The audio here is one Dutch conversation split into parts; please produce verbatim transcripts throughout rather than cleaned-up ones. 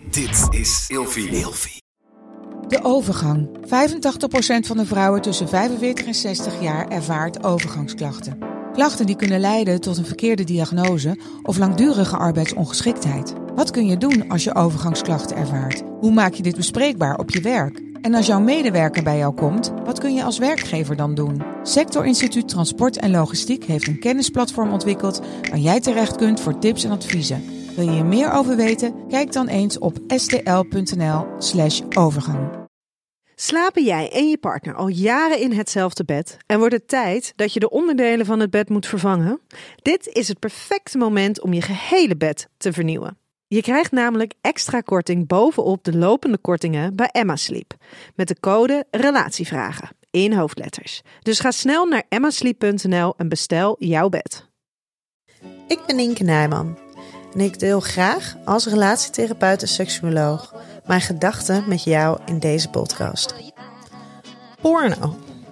Dit is Ilfie. De overgang. vijfentachtig procent van de vrouwen tussen vijfenveertig en zestig jaar ervaart overgangsklachten. Klachten die kunnen leiden tot een verkeerde diagnose of langdurige arbeidsongeschiktheid. Wat kun je doen als je overgangsklachten ervaart? Hoe maak je dit bespreekbaar op je werk? En als jouw medewerker bij jou komt, wat kun je als werkgever dan doen? Sector Instituut Transport en Logistiek heeft een kennisplatform ontwikkeld waar jij terecht kunt voor tips en adviezen. Wil je hier meer over weten? Kijk dan eens op stl.nl slash overgang. Slapen jij en je partner al jaren in hetzelfde bed en wordt het tijd dat je de onderdelen van het bed moet vervangen? Dit is het perfecte moment om je gehele bed te vernieuwen. Je krijgt namelijk extra korting bovenop de lopende kortingen bij Emma Sleep. Met de code RELATIEVRAGEN in hoofdletters. Dus ga snel naar emma sleep punt n l en bestel jouw bed. Ik ben Nienke Nijman en ik deel graag als relatietherapeut en seksuoloog mijn gedachten met jou in deze podcast. Porno.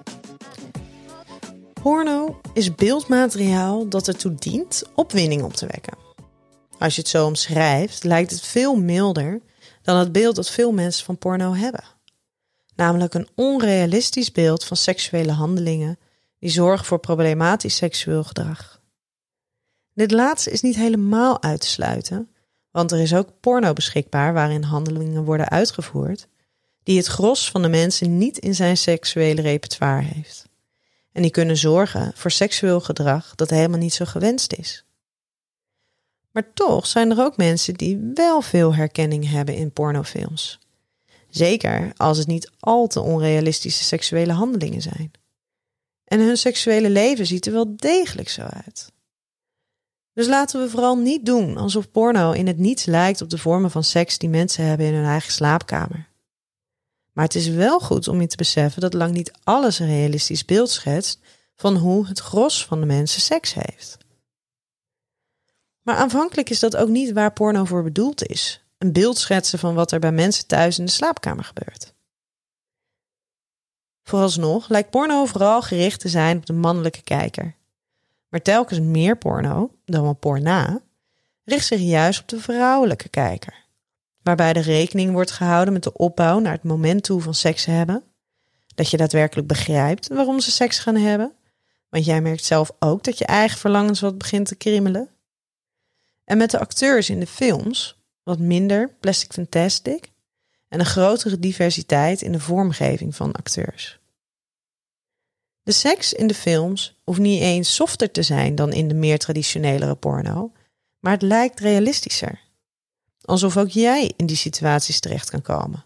Porno is beeldmateriaal dat ertoe dient opwinding op te wekken. Als je het zo omschrijft, lijkt het veel milder dan het beeld dat veel mensen van porno hebben. Namelijk een onrealistisch beeld van seksuele handelingen die zorgen voor problematisch seksueel gedrag. Dit laatste is niet helemaal uit te sluiten, want er is ook porno beschikbaar waarin handelingen worden uitgevoerd die het gros van de mensen niet in zijn seksuele repertoire heeft. En die kunnen zorgen voor seksueel gedrag dat helemaal niet zo gewenst is. Maar toch zijn er ook mensen die wel veel herkenning hebben in pornofilms. Zeker als het niet al te onrealistische seksuele handelingen zijn. En hun seksuele leven ziet er wel degelijk zo uit. Dus laten we vooral niet doen alsof porno in het niets lijkt op de vormen van seks die mensen hebben in hun eigen slaapkamer. Maar het is wel goed om je te beseffen dat lang niet alles een realistisch beeld schetst van hoe het gros van de mensen seks heeft. Maar aanvankelijk is dat ook niet waar porno voor bedoeld is. Een beeld schetsen van wat er bij mensen thuis in de slaapkamer gebeurt. Vooralsnog lijkt porno vooral gericht te zijn op de mannelijke kijker. Maar telkens meer porno, dan wel porna, richt zich juist op de vrouwelijke kijker. Waarbij de rekening wordt gehouden met de opbouw naar het moment toe van seks hebben. Dat je daadwerkelijk begrijpt waarom ze seks gaan hebben. Want jij merkt zelf ook dat je eigen verlangens wat begint te kriebelen. En met de acteurs in de films wat minder plastic fantastic en een grotere diversiteit in de vormgeving van acteurs. De seks in de films hoeft niet eens softer te zijn dan in de meer traditionelere porno, maar het lijkt realistischer. Alsof ook jij in die situaties terecht kan komen.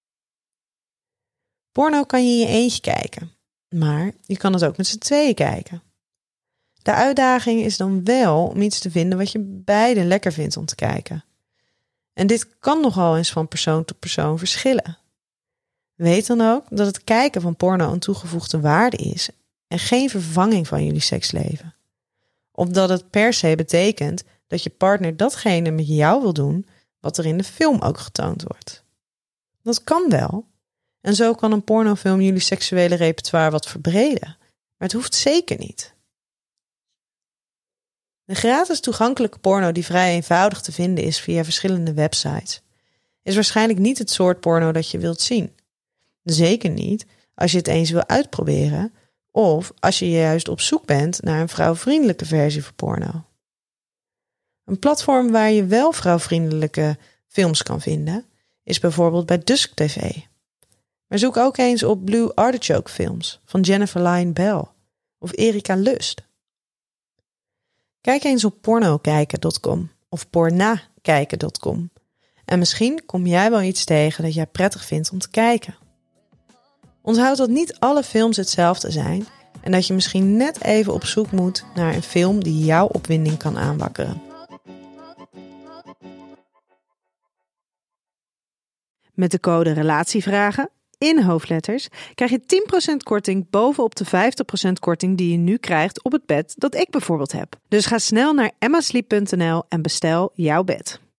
Porno kan je in je eentje kijken, maar je kan het ook met z'n tweeën kijken. De uitdaging is dan wel om iets te vinden wat je beide lekker vindt om te kijken. En dit kan nogal eens van persoon tot persoon verschillen. Weet dan ook dat het kijken van porno een toegevoegde waarde is en geen vervanging van jullie seksleven. Of dat het per se betekent dat je partner datgene met jou wil doen wat er in de film ook getoond wordt. Dat kan wel. En zo kan een pornofilm jullie seksuele repertoire wat verbreden. Maar het hoeft zeker niet. De gratis toegankelijke porno die vrij eenvoudig te vinden is via verschillende websites, is waarschijnlijk niet het soort porno dat je wilt zien. Zeker niet als je het eens wil uitproberen of als je juist op zoek bent naar een vrouwvriendelijke versie van porno. Een platform waar je wel vrouwvriendelijke films kan vinden is bijvoorbeeld bij Dusk T V. Maar zoek ook eens op Blue Artichoke films van Jennifer Lyon Bell of Erika Lust. Kijk eens op pornokijken punt com of pornakijken punt com en misschien kom jij wel iets tegen dat jij prettig vindt om te kijken. Onthoud dat niet alle films hetzelfde zijn en dat je misschien net even op zoek moet naar een film die jouw opwinding kan aanwakkeren. Met de code RELATIEVRAGEN in hoofdletters krijg je tien procent korting bovenop de vijftig procent korting die je nu krijgt op het bed dat ik bijvoorbeeld heb. Dus ga snel naar emma sleep punt n l en bestel jouw bed.